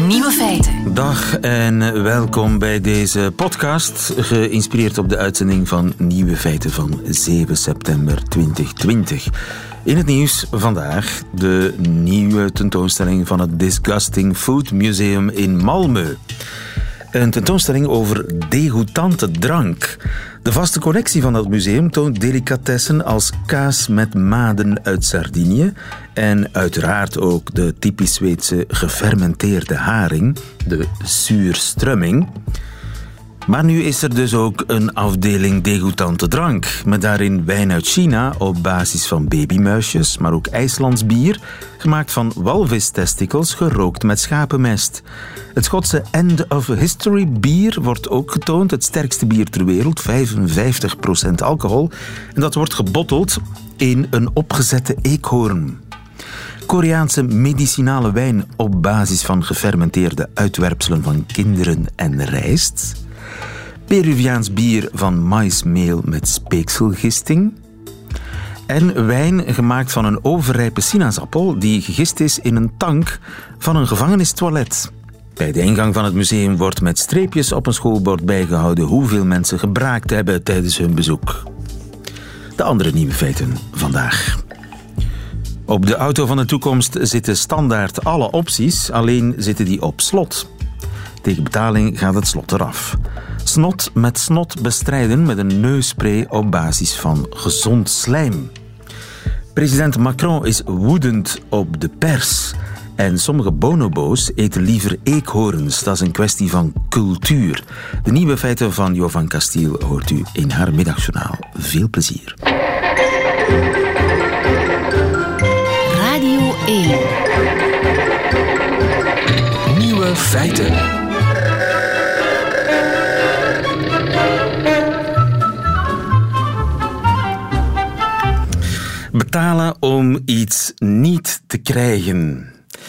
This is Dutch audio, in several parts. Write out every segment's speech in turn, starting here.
Nieuwe feiten. Dag en welkom bij deze podcast, geïnspireerd op de uitzending van Nieuwe Feiten van 7 september 2020. In het nieuws vandaag de nieuwe tentoonstelling van het Disgusting Food Museum in Malmö. Een tentoonstelling over degoutante drank. De vaste collectie van dat museum toont delicatessen als kaas met maden uit Sardinië en uiteraard ook de typisch Zweedse gefermenteerde haring, de surströmming. Maar nu is er dus ook een afdeling degoutante drank, met daarin wijn uit China op basis van babymuisjes, maar ook IJslands bier, gemaakt van walvistestikels gerookt met schapenmest. Het Schotse End of History bier wordt ook getoond, het sterkste bier ter wereld, 55% alcohol, en dat wordt gebotteld in een opgezette eekhoorn. Koreaanse medicinale wijn op basis van gefermenteerde uitwerpselen van kinderen en rijst. Peruviaans bier van maïsmeel met speekselgisting. En wijn gemaakt van een overrijpe sinaasappel die gegist is in een tank van een gevangenistoilet. Bij de ingang van het museum wordt met streepjes op een schoolbord bijgehouden hoeveel mensen gebraakt hebben tijdens hun bezoek. De andere nieuwe feiten vandaag. Op de auto van de toekomst zitten standaard alle opties, alleen zitten die op slot. Tegen betaling gaat het slot eraf. Snot met snot bestrijden met een neusspray op basis van gezond slijm. President Macron is woedend op de pers. En sommige bonobo's eten liever eekhoorns. Dat is een kwestie van cultuur. De nieuwe feiten van Jovan Castiel hoort u in haar middagjournaal. Veel plezier. Radio 1. Nieuwe feiten. Betalen om iets niet te krijgen.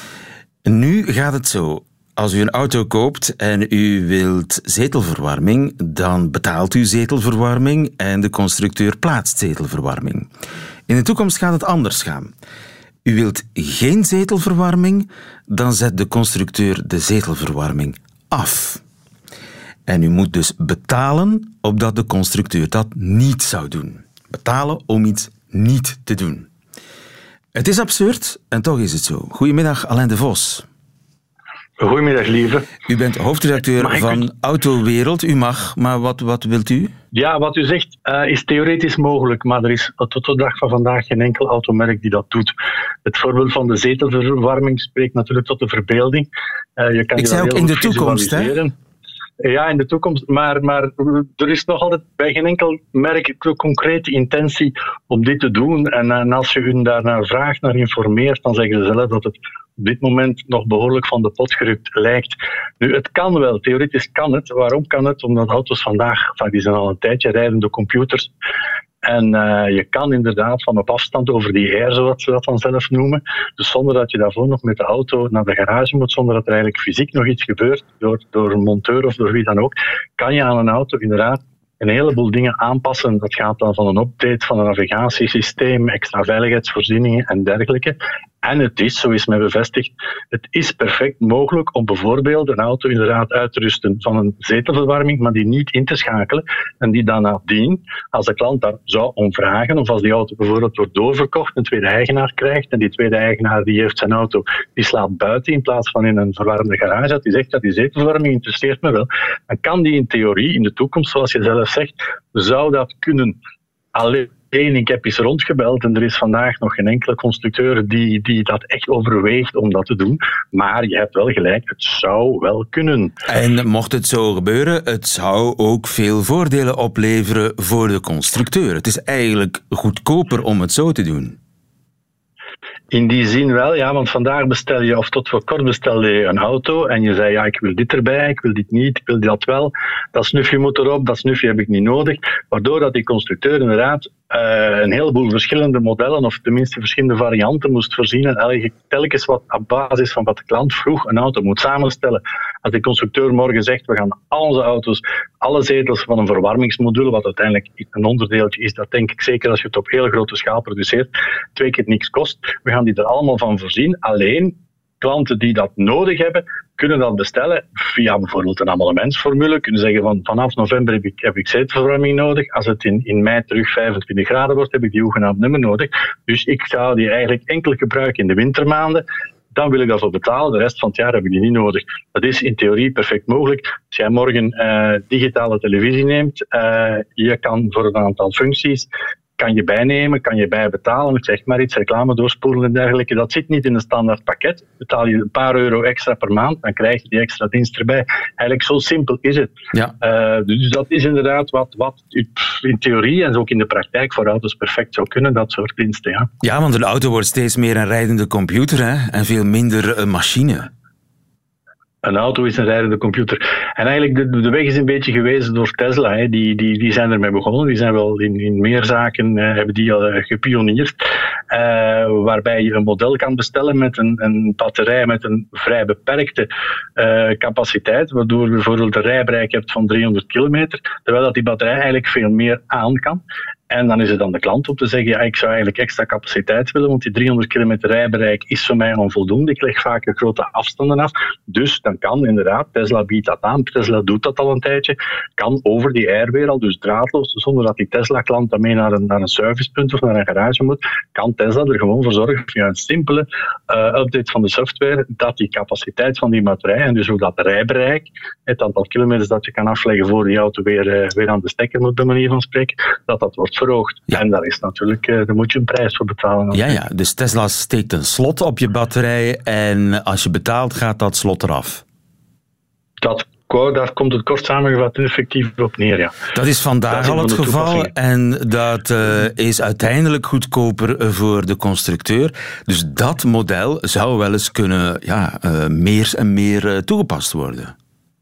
Nu gaat het zo. Als u een auto koopt en u wilt zetelverwarming, dan betaalt u zetelverwarming en de constructeur plaatst zetelverwarming. In de toekomst gaat het anders gaan. U wilt geen zetelverwarming, dan zet de constructeur de zetelverwarming af. En u moet dus betalen opdat de constructeur dat niet zou doen. Betalen om iets niet te doen. Het is absurd en toch is het zo. Goedemiddag, Alain de Vos. Goedemiddag, lieve. U bent hoofdredacteur van Autowereld. U mag, maar wat wilt u? Ja, wat u zegt is theoretisch mogelijk, maar er is tot de dag van vandaag geen enkel automerk die dat doet. Het voorbeeld van de zetelverwarming spreekt natuurlijk tot de verbeelding. Je kan Ik zei ook in de toekomst, hè? Ja, in de toekomst. Maar er is nog altijd bij geen enkel merk de concrete intentie om dit te doen. En als je hun daarnaar vraagt, naar informeert, dan zeggen ze zelf dat het op dit moment nog behoorlijk van de pot gerukt lijkt. Nu, het kan wel. Theoretisch kan het. Waarom kan het? Omdat auto's vandaag, die zijn al een tijdje rijdende computers. En je kan inderdaad van op afstand over die air, zoals ze dat dan zelf noemen, dus zonder dat je daarvoor nog met de auto naar de garage moet, zonder dat er eigenlijk fysiek nog iets gebeurt, door een monteur of door wie dan ook, kan je aan een auto inderdaad een heleboel dingen aanpassen. Dat gaat dan van een update van een navigatiesysteem, extra veiligheidsvoorzieningen en dergelijke. En het is, zo is mij bevestigd, het is perfect mogelijk om bijvoorbeeld een auto inderdaad uit te rusten van een zetelverwarming, maar die niet in te schakelen. En die dan nadien, als de klant daar zou om vragen, of als die auto bijvoorbeeld wordt doorverkocht, een tweede eigenaar krijgt, en die tweede eigenaar die heeft zijn auto, die slaapt buiten in plaats van in een verwarmde garage, dat die zegt dat die zetelverwarming interesseert me wel, dan kan die in theorie, in de toekomst, zoals je zelf zegt, zou dat kunnen. Alleen, ik heb eens rondgebeld en er is vandaag nog geen enkele constructeur die dat echt overweegt om dat te doen. Maar je hebt wel gelijk, het zou wel kunnen. En mocht het zo gebeuren, het zou ook veel voordelen opleveren voor de constructeur. Het is eigenlijk goedkoper om het zo te doen. In die zin wel, ja, want vandaag bestel je, of tot voor kort bestelde je een auto en je zei, ja, ik wil dit erbij, ik wil dit niet, ik wil dat wel. Dat snufje moet erop, dat snufje heb ik niet nodig. Waardoor dat die constructeur inderdaad een heleboel verschillende modellen, of tenminste verschillende varianten moest voorzien en eigenlijk telkens wat op basis van wat de klant vroeg een auto moet samenstellen. Als de constructeur morgen zegt, we gaan al onze auto's, alle zetels van een verwarmingsmodule, wat uiteindelijk een onderdeeltje is, dat denk ik zeker als je het op heel grote schaal produceert, 2 keer niks kost. We gaan die er allemaal van voorzien. Alleen, klanten die dat nodig hebben, kunnen dat bestellen via bijvoorbeeld een abonnementsformule. Kunnen zeggen vanaf november heb ik zetelverwarming nodig. Als het in mei terug 25 graden wordt, heb ik die hoegenaamd niet meer nodig. Dus ik zou die eigenlijk enkel gebruiken in de wintermaanden. Dan wil ik dat voor betalen. De rest van het jaar heb ik die niet nodig. Dat is in theorie perfect mogelijk. Als jij morgen digitale televisie neemt, je kan voor een aantal functies kan je bijnemen, kan je bijbetalen, ik zeg maar iets, reclame doorspoelen en dergelijke. Dat zit niet in een standaard pakket. Betaal je een paar euro extra per maand, dan krijg je die extra dienst erbij. Eigenlijk zo simpel is het. Ja. Dus dat is inderdaad wat in theorie en ook in de praktijk voor auto's perfect zou kunnen, dat soort diensten. Ja, ja, want een auto wordt steeds meer een rijdende computer, hè? En veel minder een machine. Een auto is een rijdende computer. En eigenlijk de weg is een beetje gewezen door Tesla. Hè. Die zijn ermee begonnen. Die zijn wel in meer zaken hebben die al gepioneerd. Waarbij je een model kan bestellen met een batterij met een vrij beperkte capaciteit. Waardoor je bijvoorbeeld een rijbereik hebt van 300 kilometer. Terwijl dat die batterij eigenlijk veel meer aan kan. En dan is het aan de klant om te zeggen, ja, ik zou eigenlijk extra capaciteit willen, want die 300 kilometer rijbereik is voor mij onvoldoende. Ik leg vaak grote afstanden af. Dus dan kan inderdaad, Tesla biedt dat aan, Tesla doet dat al een tijdje, kan over die airwereld, dus draadloos, zonder dat die Tesla-klant daarmee naar een servicepunt of naar een garage moet, kan Tesla er gewoon voor zorgen, via een simpele update van de software, dat die capaciteit van die batterij, en dus ook dat rijbereik, het aantal kilometers dat je kan afleggen voor die auto weer aan de stekker moet, bij manier van spreken, dat wordt verhoogd. Ja. En daar is natuurlijk, daar moet je een prijs voor betalen. Ja, dus Tesla steekt een slot op je batterij en als je betaalt gaat dat slot eraf. Daar komt het kort samengevat effectief op neer, ja. Dat is vandaag al het geval en dat is uiteindelijk goedkoper voor de constructeur. Dus dat model zou wel eens kunnen meer en meer toegepast worden.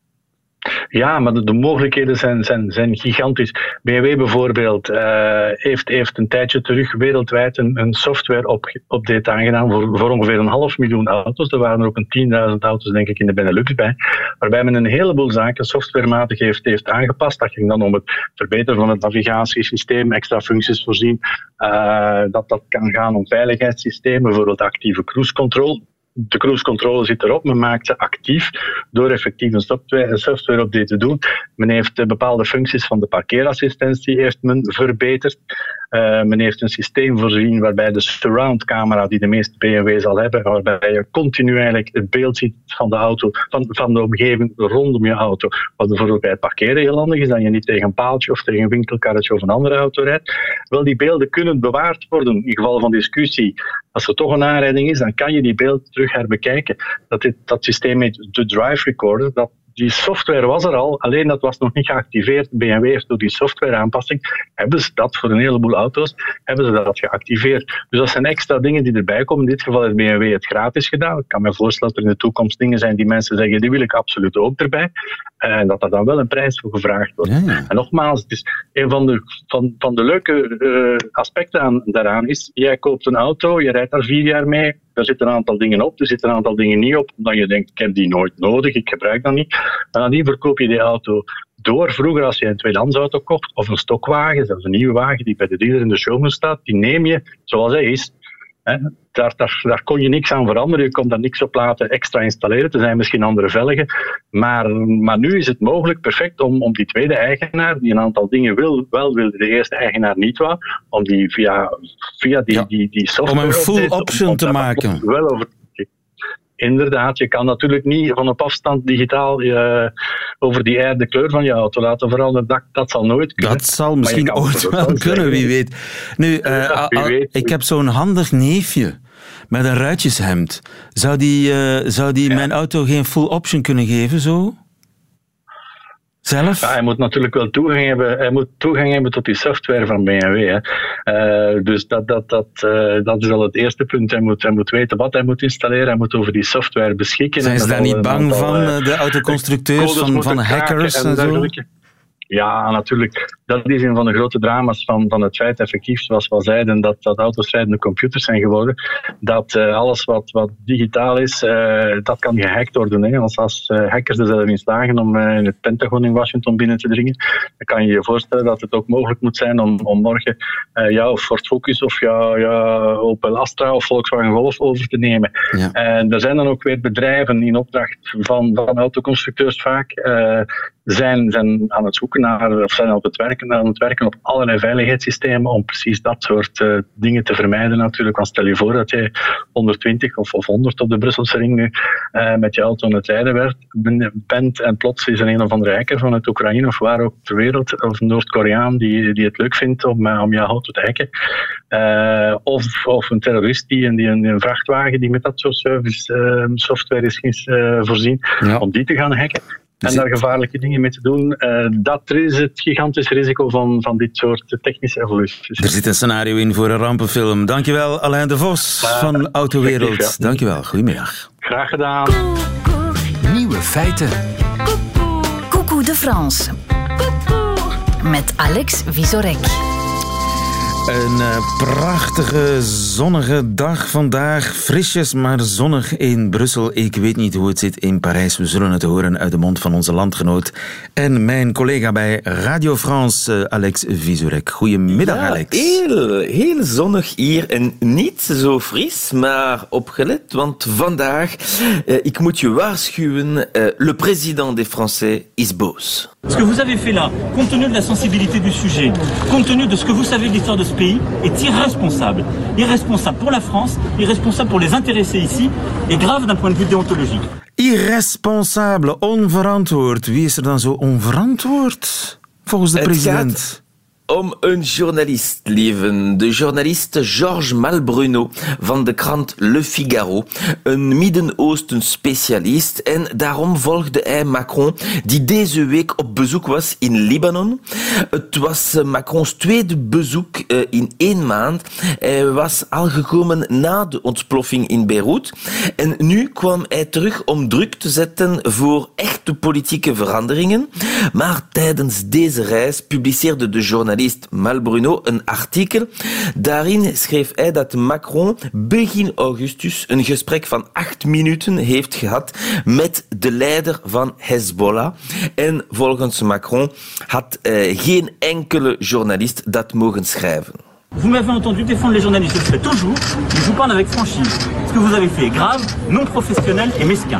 Ja, maar de mogelijkheden zijn gigantisch. BMW bijvoorbeeld heeft een tijdje terug wereldwijd een software-update aangedaan voor ongeveer 500.000 auto's. Er waren er ook 10.000 auto's, denk ik, in de Benelux bij. Waarbij men een heleboel zaken softwarematig heeft aangepast. Dat ging dan om het verbeteren van het navigatiesysteem, extra functies voorzien. Dat kan gaan om veiligheidssystemen, bijvoorbeeld actieve cruise control. De cruise control zit erop, men maakt ze actief door effectief een software-update te doen. Men heeft bepaalde functies van de parkeerassistentie heeft men verbeterd. Men heeft een systeem voorzien waarbij de surround-camera die de meeste BMW's al hebben, waarbij je continu eigenlijk het beeld ziet van de auto, van de omgeving rondom je auto. Wat bijvoorbeeld bij het parkeren heel handig is, dat je niet tegen een paaltje of tegen een winkelkarretje of een andere auto rijdt. Wel, die beelden kunnen bewaard worden in geval van discussie. Als er toch een aanrijding is, dan kan je die beelden terug herbekijken. Dat systeem heet de Drive Recorder. Die software was er al, alleen dat was nog niet geactiveerd. BMW heeft door die softwareaanpassing, hebben ze dat voor een heleboel auto's, hebben ze dat geactiveerd. Dus dat zijn extra dingen die erbij komen. In dit geval heeft BMW het gratis gedaan. Ik kan me voorstellen dat er in de toekomst dingen zijn die mensen zeggen, die wil ik absoluut ook erbij. En dat er dan wel een prijs voor gevraagd wordt. Ja. En nogmaals, het is een van de leuke aspecten daaraan is, jij koopt een auto, je rijdt daar 4 jaar mee, daar zitten een aantal dingen op, er zitten een aantal dingen niet op, omdat je denkt, ik heb die nooit nodig, ik gebruik dat niet. En nadien verkoop je die auto door. Vroeger, als je een tweedehands auto kocht, of een stokwagen, zelfs een nieuwe wagen die bij de dealer in de showroom staat, die neem je zoals hij is. Daar kon je niks aan veranderen, je kon daar niks op laten extra installeren, er zijn misschien andere velgen, maar nu is het mogelijk perfect om die tweede eigenaar, die een aantal dingen wil de eerste eigenaar niet wou, om die via die software... Om een full option te maken. Wel over. Inderdaad, je kan natuurlijk niet van op afstand digitaal over die de kleur van je auto laten veranderen. Dat zal nooit kunnen. Dat zal misschien ooit wel kunnen, wie weet. Nu, ik heb zo'n handig neefje met een ruitjeshemd. Zou die mijn auto geen full option kunnen geven, zo? Zelf? Ja, hij moet natuurlijk wel toegang hebben tot die software van BMW. Hè. Dus dat is al het eerste punt. Hij moet weten wat hij moet installeren. Hij moet over die software beschikken. Zijn ze daar niet bang van, de autoconstructeurs, van hackers en zo? Ja, natuurlijk. Dat is een van de grote drama's van het feit, effectief, zoals we al zeiden, dat auto's rijdende computers zijn geworden. Dat alles wat digitaal is, dat kan gehackt worden. Hè. Als hackers er zelf in slagen om in het Pentagon in Washington binnen te dringen, dan kan je je voorstellen dat het ook mogelijk moet zijn om morgen jouw Ford Focus of jouw Opel Astra of Volkswagen Golf over te nemen. Ja. En er zijn dan ook weer bedrijven in opdracht van autoconstructeurs vaak, zijn aan het zoeken naar, of zijn aan het werken op allerlei veiligheidssystemen om precies dat soort dingen te vermijden natuurlijk. Want stel je voor dat je 120 of 100 op de Brusselse ring nu met je auto aan het rijden bent en plots is er een of andere hacker van het Oekraïne of waar ook ter wereld, of een Noord-Koreaan die het leuk vindt om je auto te hacken. Of een terrorist die een vrachtwagen die met dat soort service software is voorzien, om die te gaan hacken. En daar gevaarlijke dingen mee te doen, dat is het gigantische risico van dit soort technische evoluties. Er zit een scenario in voor een rampenfilm. Dankjewel, Alain de Vos van Autowereld. Ja. Dankjewel, goedemiddag. Graag gedaan. Nieuwe feiten. Coucou de France. Met Alex Vizorek. Een prachtige, zonnige dag vandaag. Frisjes, maar zonnig in Brussel. Ik weet niet hoe het zit in Parijs. We zullen het horen uit de mond van onze landgenoot en mijn collega bij Radio France, Alex Vizorek. Goedemiddag, ja, Alex. Heel zonnig hier en niet zo fris, maar opgelet, want vandaag, ik moet je waarschuwen, le président des Français is boos. Ce que vous avez fait là, compte tenu de la sensibilité du sujet, compte tenu de ce que vous savez de l'histoire de ce pays, est irresponsable. Irresponsable pour la France, irresponsable pour les intéressés ici, et grave d'un point de vue déontologique. Irresponsable, onverantwoord. Wie is er dan zo onverantwoord volgens de president? Om een journalist, lieven. De journalist Georges Malbruno van de krant Le Figaro. Een Midden-Oosten specialist. En daarom volgde hij Macron, die deze week op bezoek was in Libanon. Het was Macrons tweede bezoek in 1 maand. Hij was al gekomen na de ontploffing in Beirut. En nu kwam hij terug om druk te zetten voor echte politieke veranderingen. Maar tijdens deze reis publiceerde de journalist Malbruno een artikel. Daarin schreef hij dat Macron begin augustus een gesprek van 8 minuten heeft gehad met de leider van Hezbollah. En volgens Macron had geen enkele journalist dat mogen schrijven. Vous m'avez entendu défendre les journalistes, je le fais toujours, mais je vous parle avec franchise. Ce que vous avez fait est grave, non professionnel et mesquin.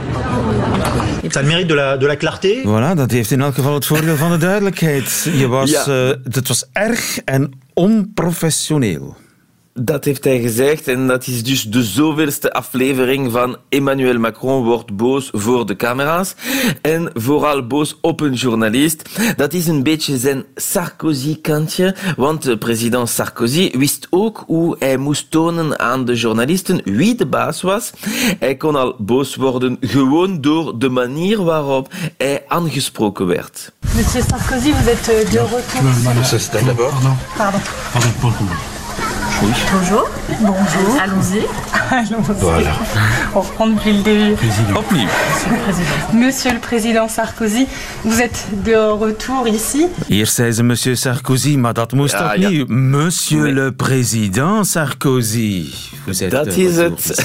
Ça a le mérite de la clarté. Voilà, dat heeft in elk geval het voordeel van de duidelijkheid. Het was erg en onprofessioneel. Dat heeft hij gezegd en dat is dus de zoveelste aflevering van Emmanuel Macron wordt boos voor de camera's en vooral boos op een journalist. Dat is een beetje zijn Sarkozy-kantje, want president Sarkozy wist ook hoe hij moest tonen aan de journalisten wie de baas was. Hij kon al boos worden gewoon door de manier waarop hij aangesproken werd. Monsieur Sarkozy, vous êtes de retour. Pardon. Oui. Bonjour. Bonjour. Allons-y. Voilà. On reprend depuis le début. Opnieuw. Monsieur le Président Sarkozy, vous êtes de retour ici. Eerst zei ze Monsieur Sarkozy, maar dat moest opnieuw. Ja. Monsieur le Président Sarkozy. Dat is het.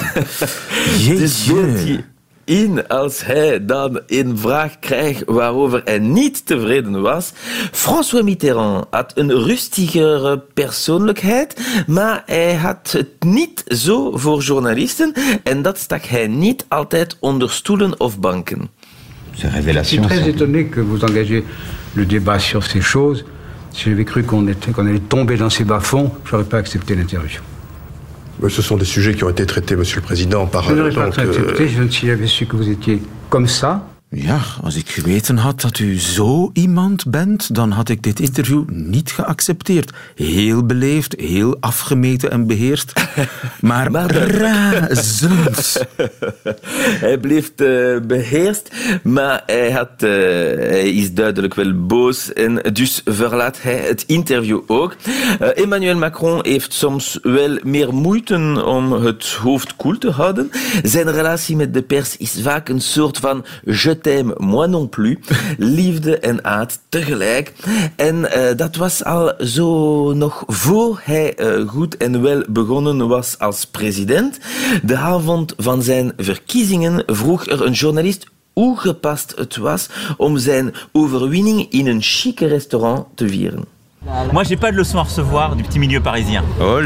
Jeetje. Als hij dan een vraag krijgt waarover hij niet tevreden was. François Mitterrand had een rustigere persoonlijkheid, maar hij had het niet zo voor journalisten en dat stak hij niet altijd onder stoelen of banken. Je suis très étonné que vous engagez le débat sur ces choses. Si j'avais cru qu'on allait tomber dans ces bas-fonds, j'aurais pas accepté l'interview. Ce sont des sujets qui ont été traités, Monsieur le Président, par... Je n'aurais pas accepté si j'avais su que vous étiez comme ça. Ja, als ik geweten had dat u zo iemand bent, dan had ik dit interview niet geaccepteerd. Heel beleefd, heel afgemeten en beheerst, maar razend. Hij bleef beheerst, maar hij is duidelijk wel boos en dus verlaat hij het interview ook. Emmanuel Macron heeft soms wel meer moeite om het hoofd koel te houden. Zijn relatie met de pers is vaak een soort van je je t'aime, moi non plus. Liefde en haat tegelijk. En dat was al zo nog voor hij goed en wel begonnen was als president. De avond van zijn verkiezingen vroeg er een journalist hoe gepast het was om zijn overwinning in een chique restaurant te vieren. Moi, j'ai pas de leçon à recevoir du petit milieu parisien. Oh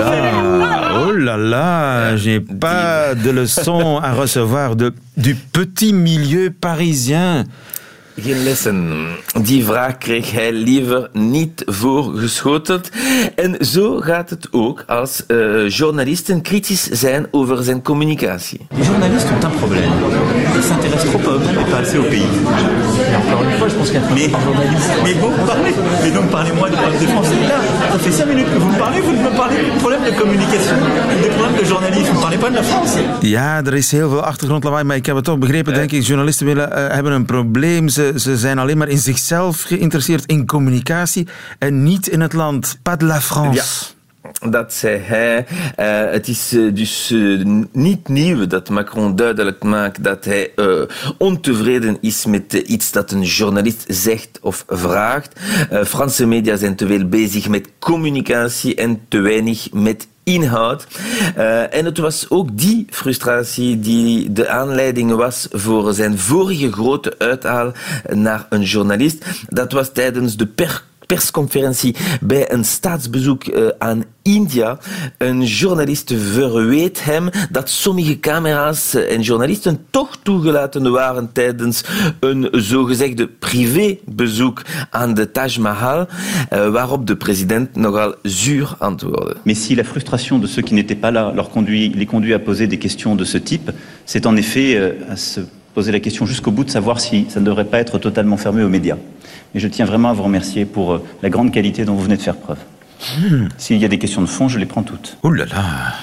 là là, j'ai pas de leçon à recevoir du petit milieu parisien. Geen lessen. Die vraag kreeg hij liever niet voorgeschoteld. En zo gaat het ook als journalisten kritisch zijn over zijn communicatie. Les journalistes ont un problème. Ils s'intéressent trop à eux-mêmes et pas assez au pays. Et encore une fois, je pense qu'il y a mais vous parlez. Mais donc parlez-moi du problème des Français. Là, ça fait 5 minutes que vous me parlez, vous me parlez du problème de communication, des problèmes de journalisme. Vous ne parlez pas de la France. Ja, er is heel veel achtergrondlawaai, maar ik heb het toch begrepen, denk ik. Journalisten hebben een probleem. Ze zijn alleen maar in zichzelf geïnteresseerd in communicatie en niet in het land. Pas de la France. Ja. Dat zei hij. Het is dus niet nieuw dat Macron duidelijk maakt dat hij ontevreden is met iets dat een journalist zegt of vraagt. Franse media zijn te veel bezig met communicatie en te weinig met inhoud. En het was ook die frustratie die de aanleiding was voor zijn vorige grote uithaal naar een journalist. Dat was tijdens de persconferentie bij een staatsbezoek aan India. Een journalist verweet hem dat sommige camera's en journalisten toch toegelaten waren tijdens een zogezegde privébezoek aan de Taj Mahal, waarop de president nogal zuur antwoordde. Mais si la frustration de ceux qui n'étaient pas là les conduit à poser des questions de ce type, c'est en effet à se poser la question jusqu'au bout de savoir si ça ne devrait pas être totalement fermé aux médias. Et je tiens vraiment à vous remercier pour la grande qualité dont vous venez de faire preuve. S'il y a des questions de fond, je les prends toutes. Oeh là là.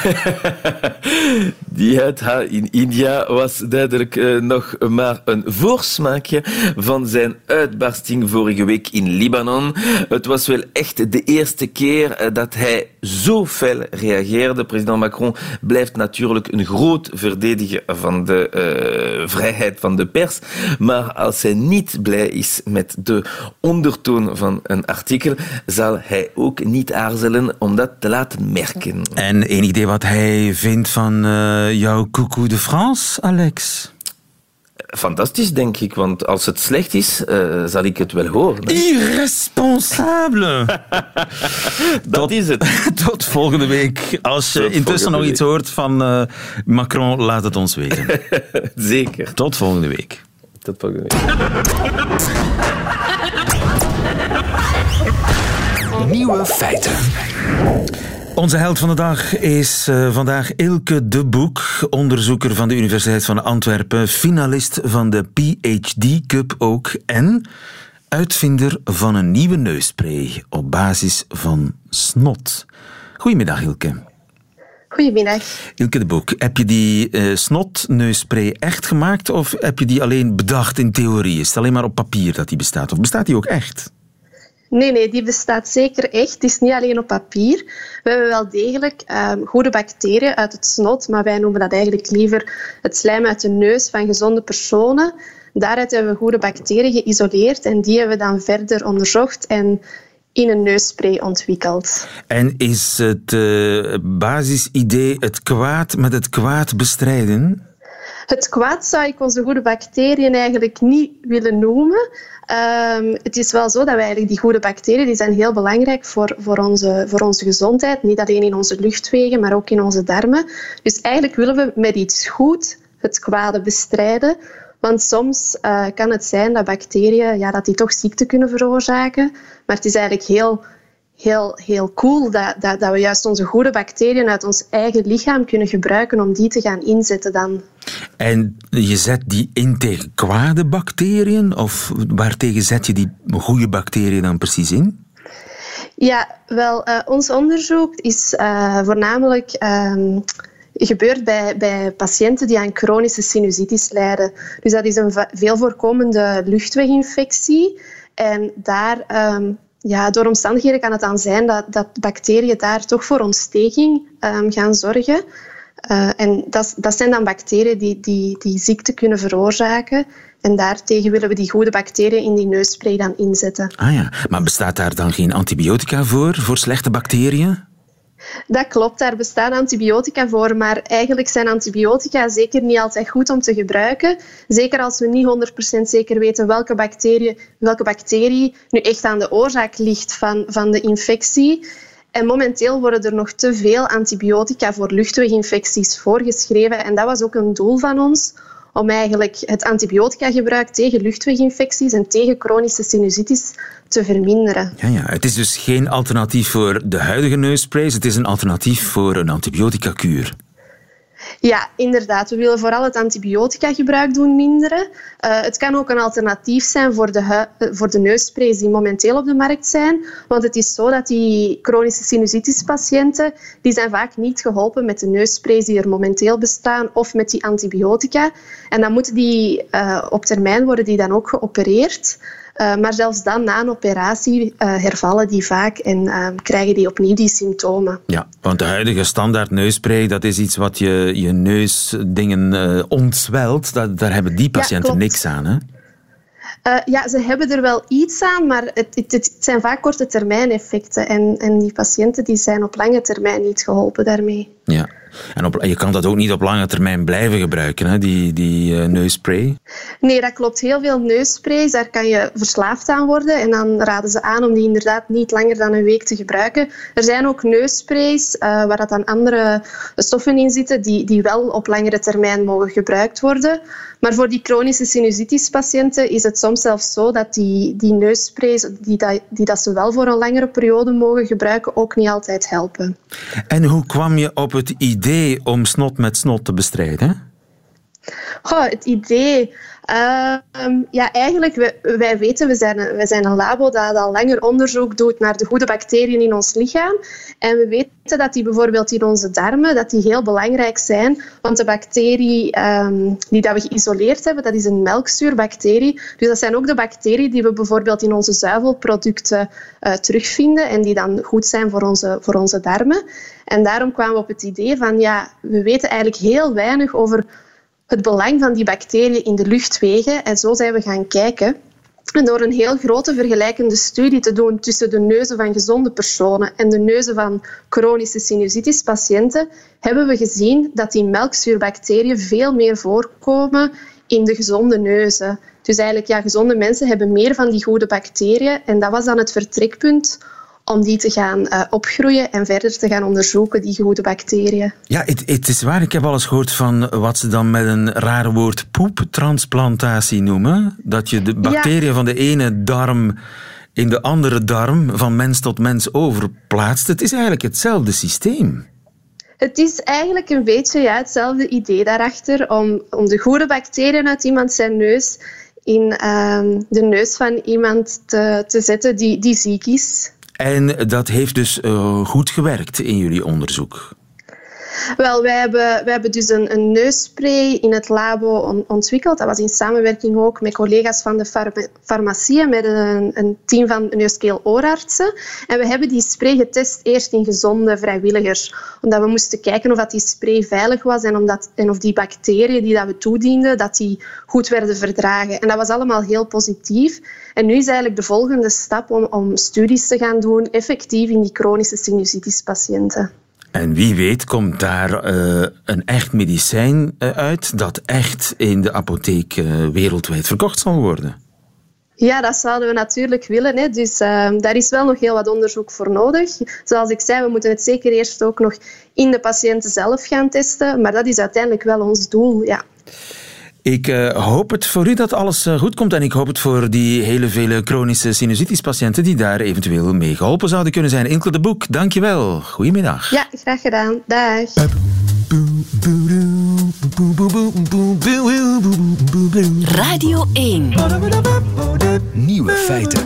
Die uithaal in India was duidelijk nog maar een voorsmaakje van zijn uitbarsting vorige week in Libanon. Het was wel echt de eerste keer dat hij zo fel reageerde. President Macron blijft natuurlijk een groot verdediger van de vrijheid van de pers. Maar als hij niet blij is met de ondertoon van een artikel, zal hij ook niet aarzelen om dat te laten merken. En enig idee wat hij vindt van jouw Coucou de France, Alex? Fantastisch, denk ik, want als het slecht is, zal ik het wel horen. Irresponsable! Dat is het. Tot volgende week. Als je intussen nog iets hoort van Macron, laat het ons weten. Zeker. Tot volgende week. Tot volgende week. Nieuwe feiten. Onze held van de dag is vandaag Ilke de Boek, onderzoeker van de Universiteit van Antwerpen, finalist van de PhD Cup ook en uitvinder van een nieuwe neusspray op basis van snot. Goedemiddag, Ilke. Goedemiddag. Ilke de Boek, heb je die snotneusspray echt gemaakt of heb je die alleen bedacht in theorie? Is het alleen maar op papier dat die bestaat of bestaat die ook echt? Nee, die bestaat zeker echt. Het is niet alleen op papier. We hebben wel degelijk goede bacteriën uit het snot, maar wij noemen dat eigenlijk liever het slijm uit de neus van gezonde personen. Daaruit hebben we goede bacteriën geïsoleerd en die hebben we dan verder onderzocht en in een neusspray ontwikkeld. En is het basisidee het kwaad met het kwaad bestrijden? Het kwaad zou ik onze goede bacteriën eigenlijk niet willen noemen. Het is wel zo dat wij eigenlijk die goede bacteriën die zijn heel belangrijk voor onze gezondheid. Niet alleen in onze luchtwegen, maar ook in onze darmen. Dus eigenlijk willen we met iets goed het kwade bestrijden. Want soms kan het zijn dat bacteriën dat die toch ziekte kunnen veroorzaken. Maar het is eigenlijk heel cool dat we juist onze goede bacteriën uit ons eigen lichaam kunnen gebruiken om die te gaan inzetten dan. En je zet die in tegen kwade bacteriën? Of waartegen zet je die goede bacteriën dan precies in? Ja, wel, ons onderzoek is voornamelijk gebeurd bij patiënten die aan chronische sinusitis lijden. Dus dat is een veel voorkomende luchtweginfectie. En daar... door omstandigheden kan het dan zijn dat bacteriën daar toch voor ontsteking gaan zorgen. En dat zijn dan bacteriën die ziekte kunnen veroorzaken. En daartegen willen we die goede bacteriën in die neusspray dan inzetten. Ah ja, maar bestaat daar dan geen antibiotica voor slechte bacteriën? Dat klopt, daar bestaan antibiotica voor, maar eigenlijk zijn antibiotica zeker niet altijd goed om te gebruiken. Zeker als we niet 100% zeker weten welke bacterie nu echt aan de oorzaak ligt van de infectie. En momenteel worden er nog te veel antibiotica voor luchtweginfecties voorgeschreven. En dat was ook een doel van ons, om eigenlijk het antibiotica-gebruik tegen luchtweginfecties en tegen chronische sinusitis te verminderen. Ja, het is dus geen alternatief voor de huidige neussprays, het is een alternatief voor een antibiotica-kuur. Ja, inderdaad. We willen vooral het antibiotica-gebruik doen minderen. Het kan ook een alternatief zijn voor de neussprays die momenteel op de markt zijn. Want het is zo dat die chronische sinusitis-patiënten, die zijn vaak niet geholpen met de neussprays die er momenteel bestaan of met die antibiotica. En dan moeten die op termijn worden die dan ook geopereerd. Maar zelfs dan, na een operatie, hervallen die vaak en krijgen die opnieuw die symptomen. Ja, want de huidige standaard neusspray, dat is iets wat je neusdingen ontzwelt. Daar hebben die patiënten niks aan, hè? Ja, ze hebben er wel iets aan, maar het zijn vaak korte termijn effecten. En die patiënten die zijn op lange termijn niet geholpen daarmee. Ja. En je kan dat ook niet op lange termijn blijven gebruiken, hè, die neusspray? Nee, dat klopt. Heel veel neussprays, daar kan je verslaafd aan worden. En dan raden ze aan om die inderdaad niet langer dan een week te gebruiken. Er zijn ook neussprays waar dat dan andere stoffen in zitten die wel op langere termijn mogen gebruikt worden. Maar voor die chronische sinusitis-patiënten is het soms zelfs zo dat die neussprays die dat ze wel voor een langere periode mogen gebruiken, ook niet altijd helpen. En hoe kwam je op het idee om snot met snot te bestrijden? Het idee... ja, eigenlijk, wij weten, we zijn een labo dat al langer onderzoek doet naar de goede bacteriën in ons lichaam. En we weten dat die bijvoorbeeld in onze darmen dat die heel belangrijk zijn. Want de bacterie die dat we geïsoleerd hebben, dat is een melkzuurbacterie. Dus dat zijn ook de bacteriën die we bijvoorbeeld in onze zuivelproducten terugvinden en die dan goed zijn voor onze darmen. En daarom kwamen we op het idee van, ja, we weten eigenlijk heel weinig over het belang van die bacteriën in de luchtwegen. En zo zijn we gaan kijken. En door een heel grote vergelijkende studie te doen tussen de neuzen van gezonde personen en de neuzen van chronische sinusitis-patiënten, hebben we gezien dat die melkzuurbacteriën veel meer voorkomen in de gezonde neuzen. Dus eigenlijk, ja, gezonde mensen hebben meer van die goede bacteriën. En dat was dan het vertrekpunt om die te gaan opgroeien en verder te gaan onderzoeken, die goede bacteriën. Ja, het is waar. Ik heb al eens gehoord van wat ze dan met een rare woord poeptransplantatie noemen. Dat je de bacteriën van de ene darm in de andere darm van mens tot mens overplaatst. Het is eigenlijk hetzelfde systeem. Het is eigenlijk een beetje hetzelfde idee daarachter om de goede bacteriën uit iemand zijn neus in de neus van iemand te zetten die ziek is. En dat heeft dus goed gewerkt in jullie onderzoek? Wel, wij hebben dus een neusspray in het labo ontwikkeld. Dat was in samenwerking ook met collega's van de farmacie en met een team van neuskeeloorartsen. En we hebben die spray getest eerst in gezonde vrijwilligers. Omdat we moesten kijken of dat die spray veilig was en of die bacteriën die dat we toedienden, dat die goed werden verdragen. En dat was allemaal heel positief. En nu is eigenlijk de volgende stap om studies te gaan doen, effectief in die chronische sinusitis-patiënten. En wie weet komt daar een echt medicijn uit dat echt in de apotheek wereldwijd verkocht zal worden? Ja, dat zouden we natuurlijk willen. Hè. Dus daar is wel nog heel wat onderzoek voor nodig. Zoals ik zei, we moeten het zeker eerst ook nog in de patiënten zelf gaan testen. Maar dat is uiteindelijk wel ons doel, ja. Ik hoop het voor u dat alles goed komt en ik hoop het voor die hele vele chronische sinusitis-patiënten die daar eventueel mee geholpen zouden kunnen zijn. Ilke de Boek, dankjewel. Goedemiddag. Ja, graag gedaan. Dag. Radio 1. Nieuwe feiten.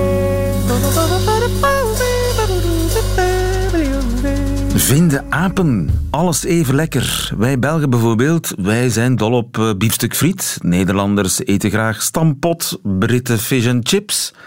Vinden apen alles even lekker? Wij Belgen bijvoorbeeld, wij zijn dol op biefstuk friet. Nederlanders eten graag stampot, Britten fish and chips.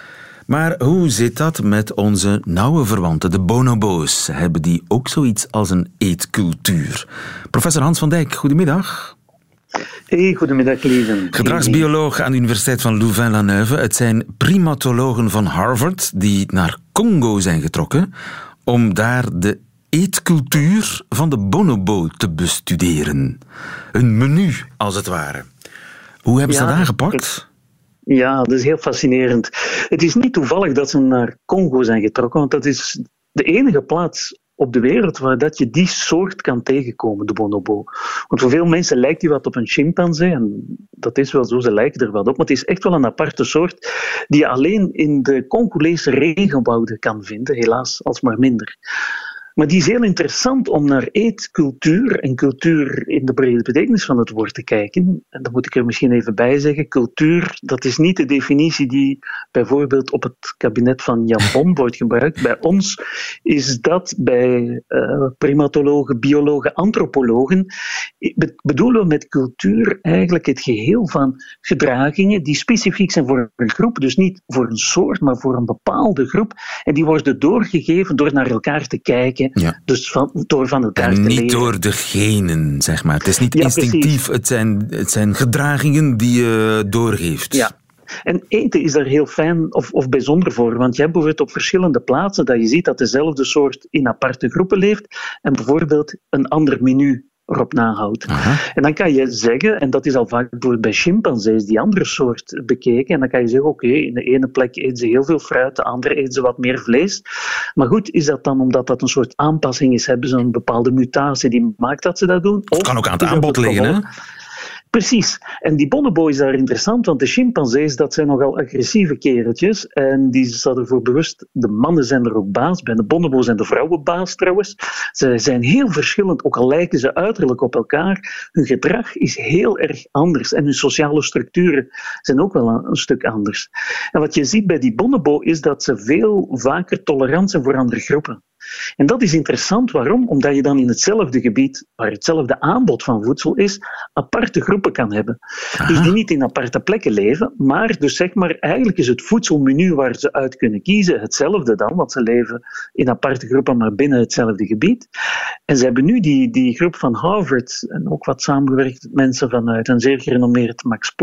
Maar hoe zit dat met onze nauwe verwanten, de bonobo's? Hebben die ook zoiets als een eetcultuur? Professor Hans van Dijk, goedemiddag. Hey, goedemiddag, lieve. Gedragsbioloog aan de Universiteit van Louvain-la-Neuve. Het zijn primatologen van Harvard die naar Congo zijn getrokken om daar de eetcultuur van de bonobo te bestuderen. Een menu, als het ware. Hoe hebben ze dat aangepakt? Ja, dat is heel fascinerend. Het is niet toevallig dat ze naar Congo zijn getrokken, want dat is de enige plaats op de wereld waar dat je die soort kan tegenkomen, de bonobo. Want voor veel mensen lijkt die wat op een chimpansee, en dat is wel zo, ze lijken er wat op, maar het is echt wel een aparte soort die je alleen in de Congolese regenwouden kan vinden, helaas alsmaar minder. Maar die is heel interessant om naar eetcultuur en cultuur in de brede betekenis van het woord te kijken. En dan moet ik er misschien even bij zeggen, cultuur, dat is niet de definitie die bijvoorbeeld op het kabinet van Jan Bon wordt gebruikt. Bij ons is dat bij primatologen, biologen, antropologen, bedoelen we met cultuur eigenlijk het geheel van gedragingen die specifiek zijn voor een groep, dus niet voor een soort, maar voor een bepaalde groep. En die worden doorgegeven door naar elkaar te kijken. Ja. Dus door van elkaar te leren. En niet door de genen, zeg maar. Het is niet instinctief, het zijn gedragingen die je doorgeeft. Ja. En eten is daar heel fijn of bijzonder voor, want je hebt bijvoorbeeld op verschillende plaatsen dat je ziet dat dezelfde soort in aparte groepen leeft en bijvoorbeeld een ander menu erop nahoudt. Aha. En dan kan je zeggen, en dat is al vaak bijvoorbeeld bij chimpansees die andere soort bekeken, en dan kan je zeggen, oké, in de ene plek eten ze heel veel fruit, de andere eten ze wat meer vlees. Maar goed, is dat dan omdat dat een soort aanpassing is? Hebben ze een bepaalde mutatie die maakt dat ze dat doen? Het kan ook aan het aanbod liggen, hè? Precies. En die bonobo is daar interessant, want de chimpansees, dat zijn nogal agressieve kereltjes. En die zijn ervoor bewust, de mannen zijn er ook baas. Bij de bonobo zijn de vrouwen baas trouwens. Ze zijn heel verschillend, ook al lijken ze uiterlijk op elkaar. Hun gedrag is heel erg anders. En hun sociale structuren zijn ook wel een stuk anders. En wat je ziet bij die bonobo is dat ze veel vaker tolerant zijn voor andere groepen. En dat is interessant. Waarom? Omdat je dan in hetzelfde gebied, waar hetzelfde aanbod van voedsel is, aparte groepen kan hebben. Aha. Dus die niet in aparte plekken leven, maar dus zeg maar, eigenlijk is het voedselmenu waar ze uit kunnen kiezen hetzelfde dan, want ze leven in aparte groepen, maar binnen hetzelfde gebied. En ze hebben nu die groep van Harvard, en ook wat samengewerkt met mensen vanuit een zeer gerenommeerd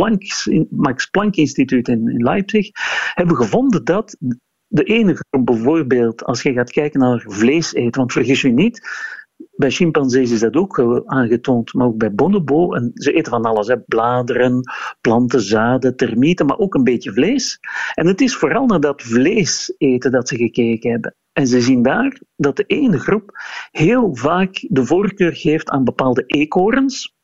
Max Planck Instituut in Leipzig, hebben gevonden dat de ene groep bijvoorbeeld, als je gaat kijken naar vlees eten, want vergis je niet, bij chimpansees is dat ook aangetoond, maar ook bij bonobo, en ze eten van alles, bladeren, planten, zaden, termieten, maar ook een beetje vlees. En het is vooral naar dat vlees eten dat ze gekeken hebben. En ze zien daar dat de ene groep heel vaak de voorkeur geeft aan bepaalde eekhoorns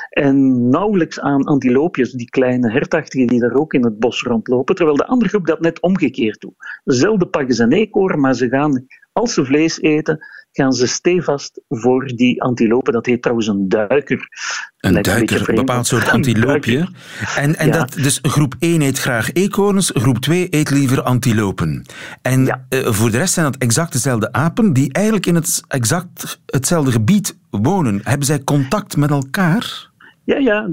en nauwelijks aan antiloopjes, die kleine hertachtigen die daar ook in het bos rondlopen, terwijl de andere groep dat net omgekeerd doet. Zelden pakken ze een eekhoorn, maar ze gaan, als ze vlees eten, gaan ze stevast voor die antilopen. Dat heet trouwens een duiker. Een duiker, een bepaald soort antiloopje. En dat, dus groep 1 eet graag eekhoorns, groep 2 eet liever antilopen. En voor de rest zijn dat exact dezelfde apen die eigenlijk in hetzelfde gebied wonen. Hebben zij contact met elkaar? Ja,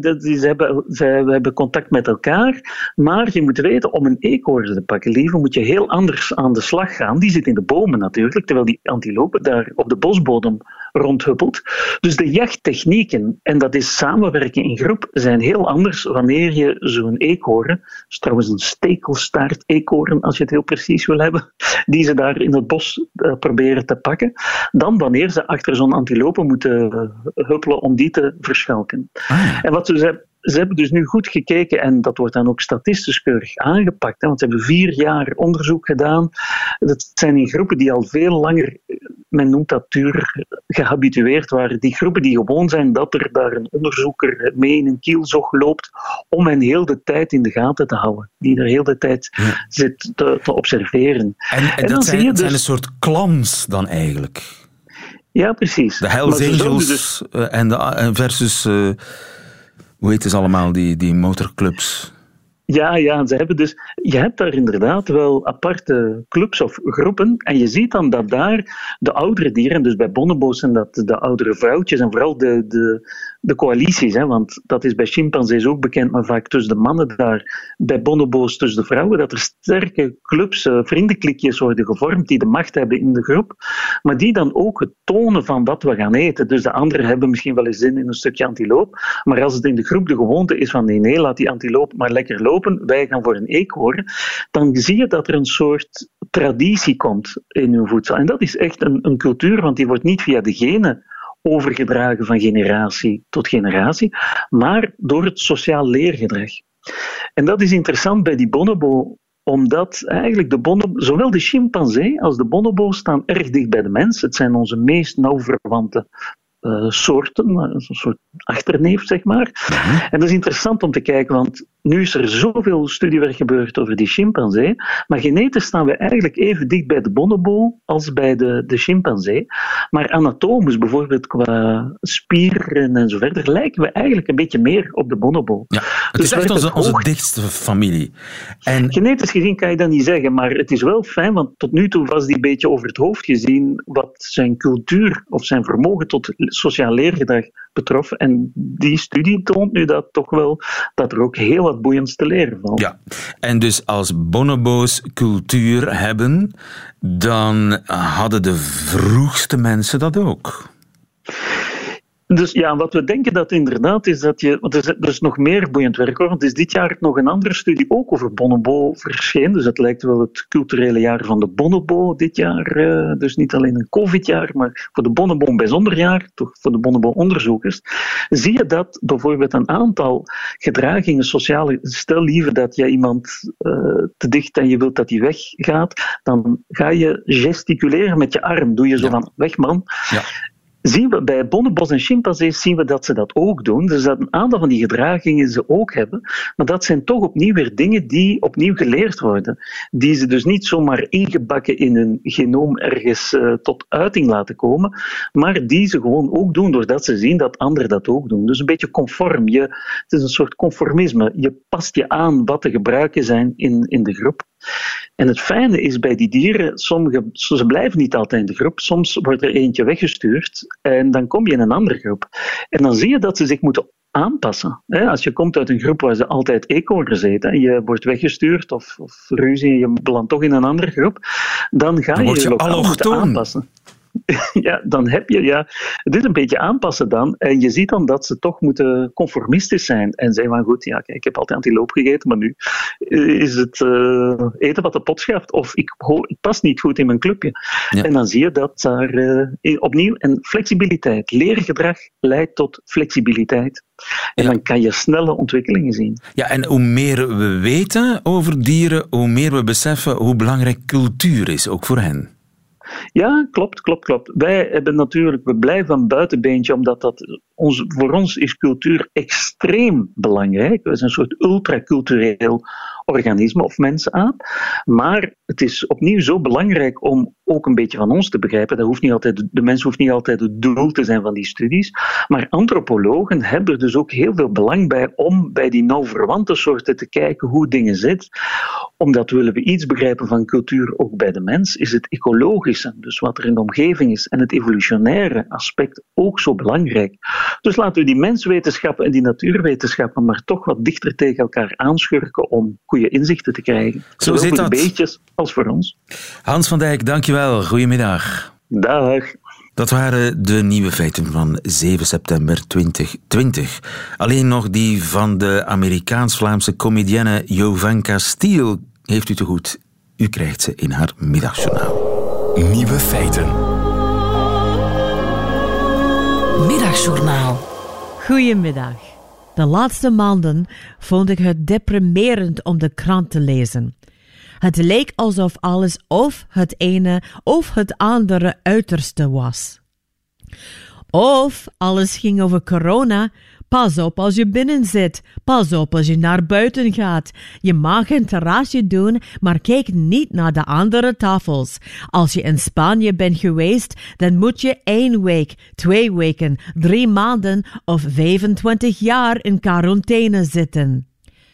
ze hebben contact met elkaar, maar je moet weten, om een eekhoorn te pakken, liever, moet je heel anders aan de slag gaan. Die zit in de bomen natuurlijk, terwijl die antilopen daar op de bosbodem rondhuppelt. Dus de jachttechnieken, en dat is samenwerken in groep, zijn heel anders wanneer je zo'n eekhoorn, dat is trouwens een stekelstaart eekhoorn, als je het heel precies wil hebben, die ze daar in het bos proberen te pakken, dan wanneer ze achter zo'n antilopen moeten huppelen om die te verschalken. En wat ze hebben dus nu goed gekeken, en dat wordt dan ook statistisch keurig aangepakt, want ze hebben 4 jaar onderzoek gedaan. Dat zijn in groepen die al veel langer, men noemt dat duur, gehabitueerd waren. Die groepen die gewoon zijn dat er daar een onderzoeker mee in een kielzog loopt om hen heel de tijd in de gaten te houden. Die er heel de tijd zit te observeren. En dat zijn een soort clans dan eigenlijk? Ja, precies. De Hells Angels versus... hoe heet het allemaal, die motorclubs? Ja, ze hebben dus, je hebt daar inderdaad wel aparte clubs of groepen en je ziet dan dat daar de oudere dieren, dus bij bonobo's zijn dat de oudere vrouwtjes en vooral de coalities, hè, want dat is bij chimpansees ook bekend, maar vaak tussen de mannen daar, bij bonobo's tussen de vrouwen, dat er sterke clubs, vriendenklikjes worden gevormd die de macht hebben in de groep, maar die dan ook het tonen van wat we gaan eten. Dus de anderen hebben misschien wel eens zin in een stukje antiloop, maar als het in de groep de gewoonte is van nee, laat die antiloop maar lekker lopen, wij gaan voor een eekhoorn, dan zie je dat er een soort traditie komt in hun voedsel. En dat is echt een cultuur, want die wordt niet via de genen overgedragen van generatie tot generatie, maar door het sociaal leergedrag. En dat is interessant bij die bonobo, omdat eigenlijk zowel de chimpansee als de bonobo staan erg dicht bij de mens. Het zijn onze meest nauw verwante soorten, een soort achterneef, zeg maar. En dat is interessant om te kijken, want nu is er zoveel studiewerk gebeurd over die chimpansee, maar genetisch staan we eigenlijk even dicht bij de bonobo als bij de chimpansee. Maar anatomisch, bijvoorbeeld qua spieren en zo verder, lijken we eigenlijk een beetje meer op de bonobo. Ja, het is echt onze dichtste familie. En genetisch gezien kan je dat niet zeggen, maar het is wel fijn, want tot nu toe was die een beetje over het hoofd gezien wat zijn cultuur of zijn vermogen tot sociaal leergedrag betrof. En die studie toont nu dat toch wel dat er ook heel wat boeiends te leren valt. Ja, en dus als bonobo's cultuur hebben, dan hadden de vroegste mensen dat ook. Dus ja, wat we denken dat inderdaad is dat want er is nog meer boeiend werk hoor, want er is dit jaar nog een andere studie ook over bonobo verschenen, dus het lijkt wel het culturele jaar van de bonobo dit jaar, dus niet alleen een COVID-jaar, maar voor de bonobo een bijzonder jaar, toch voor de bonobo-onderzoekers, zie je dat bijvoorbeeld een aantal gedragingen, sociale, stel liever dat je iemand te dicht en je wilt dat hij weggaat, dan ga je gesticuleren met je arm, doe je zo van weg man. Ja. Zien we bij bonobos en chimpansees zien we dat ze dat ook doen. Dus dat een aantal van die gedragingen ze ook hebben. Maar dat zijn toch opnieuw weer dingen die opnieuw geleerd worden. Die ze dus niet zomaar ingebakken in hun genoom ergens tot uiting laten komen. Maar die ze gewoon ook doen doordat ze zien dat anderen dat ook doen. Dus een beetje conform. Het is een soort conformisme. Je past je aan wat de gebruiken zijn in de groep. En het fijne is bij die dieren, ze blijven niet altijd in de groep. Soms wordt er eentje weggestuurd en dan kom je in een andere groep. En dan zie je dat ze zich moeten aanpassen. Als je komt uit een groep waar ze altijd eekhoorns eten en je wordt weggestuurd of ruzie en je belandt toch in een andere groep, dan ga je lokaal moeten aanpassen. Ja, dan heb je, het is een beetje aanpassen dan. En je ziet dan dat ze toch moeten conformistisch zijn. En zeggen van goed, kijk, ik heb altijd antiloop gegeten, maar nu is het eten wat de pot schaft. Of ik pas niet goed in mijn clubje. Ja. En dan zie je dat daar opnieuw een flexibiliteit. Leergedrag leidt tot flexibiliteit. En dan kan je snelle ontwikkelingen zien. Ja, en hoe meer we weten over dieren, hoe meer we beseffen hoe belangrijk cultuur is, ook voor hen. Ja, klopt. Wij hebben natuurlijk, we blijven een buitenbeentje, omdat voor ons is cultuur extreem belangrijk. We zijn een soort ultracultureel organisme of mensaap. Maar het is opnieuw zo belangrijk om ook een beetje van ons te begrijpen. De mens hoeft niet altijd het doel te zijn van die studies. Maar antropologen hebben er dus ook heel veel belang bij om bij die nauw verwante soorten te kijken hoe dingen zitten. Omdat willen we iets begrijpen van cultuur ook bij de mens, is het ecologische, dus wat er in de omgeving is, en het evolutionaire aspect ook zo belangrijk. Dus laten we die menswetenschappen en die natuurwetenschappen maar toch wat dichter tegen elkaar aanschurken om goede inzichten te krijgen. Zo zit voor dat. De beestjes als voor ons. Hans van Dijk, dankjewel. Goedemiddag. Dag. Dat waren de nieuwe feiten van 7 september 2020. Alleen nog die van de Amerikaans-Vlaamse comedienne Jovanka Stiel heeft u te goed. U krijgt ze in haar middagjournaal. Nieuwe feiten. Middagjournaal. Goedemiddag. De laatste maanden vond ik het deprimerend om de krant te lezen. Het leek alsof alles of het ene of het andere uiterste was. Of alles ging over corona. Pas op als je binnen zit. Pas op als je naar buiten gaat. Je mag een terrasje doen, maar kijk niet naar de andere tafels. Als je in Spanje bent geweest, dan moet je 1 week, 2 weken, 3 maanden of 25 jaar in quarantaine zitten.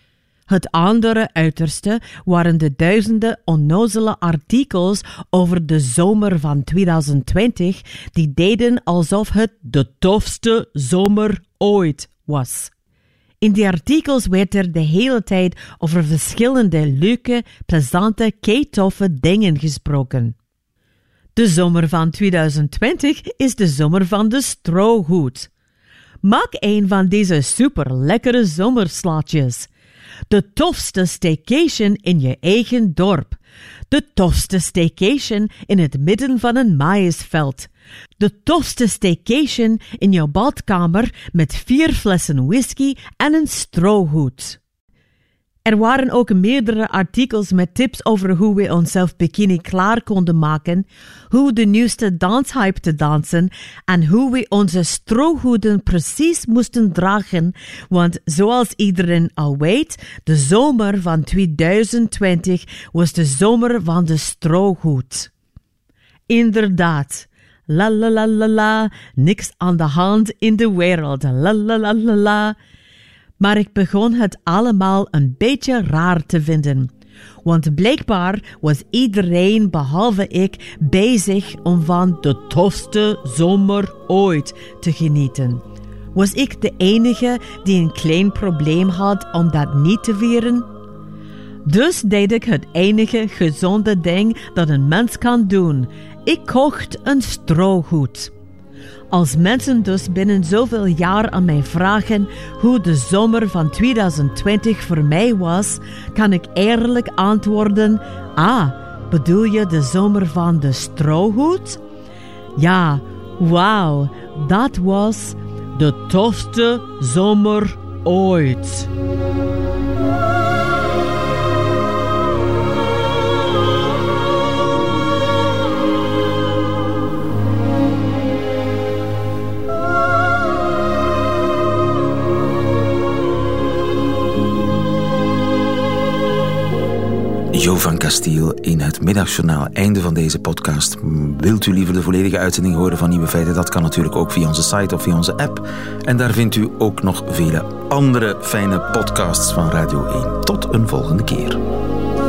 Het andere uiterste waren de duizenden onnozele artikels over de zomer van 2020 die deden alsof het de tofste zomer ooit was. In die artikels werd er de hele tijd over verschillende leuke, plezante, keitoffe dingen gesproken. De zomer van 2020 is de zomer van de strohoed. Maak een van deze super lekkere zomerslaatjes. De tofste staycation in je eigen dorp. De tofste staycation in het midden van een maïsveld. De tofste staycation in jouw badkamer met 4 flessen whisky en een strohoed. Er waren ook meerdere artikels met tips over hoe we onszelf bikini klaar konden maken, hoe de nieuwste danshype te dansen en hoe we onze strohoeden precies moesten dragen, want zoals iedereen al weet, de zomer van 2020 was de zomer van de strohoed. Inderdaad. La la la la la, niks aan de hand in de wereld, la la la la la. Maar ik begon het allemaal een beetje raar te vinden. Want blijkbaar was iedereen behalve ik bezig om van de tofste zomer ooit te genieten. Was ik de enige die een klein probleem had om dat niet te vieren? Dus deed ik het enige gezonde ding dat een mens kan doen. Ik kocht een strohoed. Als mensen dus binnen zoveel jaar aan mij vragen hoe de zomer van 2020 voor mij was, kan ik eerlijk antwoorden, bedoel je de zomer van de strohoed? Ja, wauw, dat was de tofste zomer ooit. Jo van Castiel in het Middagjournaal. Einde van deze podcast. Wilt u liever de volledige uitzending horen van Nieuwe Feiten? Dat kan natuurlijk ook via onze site of via onze app. En daar vindt u ook nog vele andere fijne podcasts van Radio 1. Tot een volgende keer.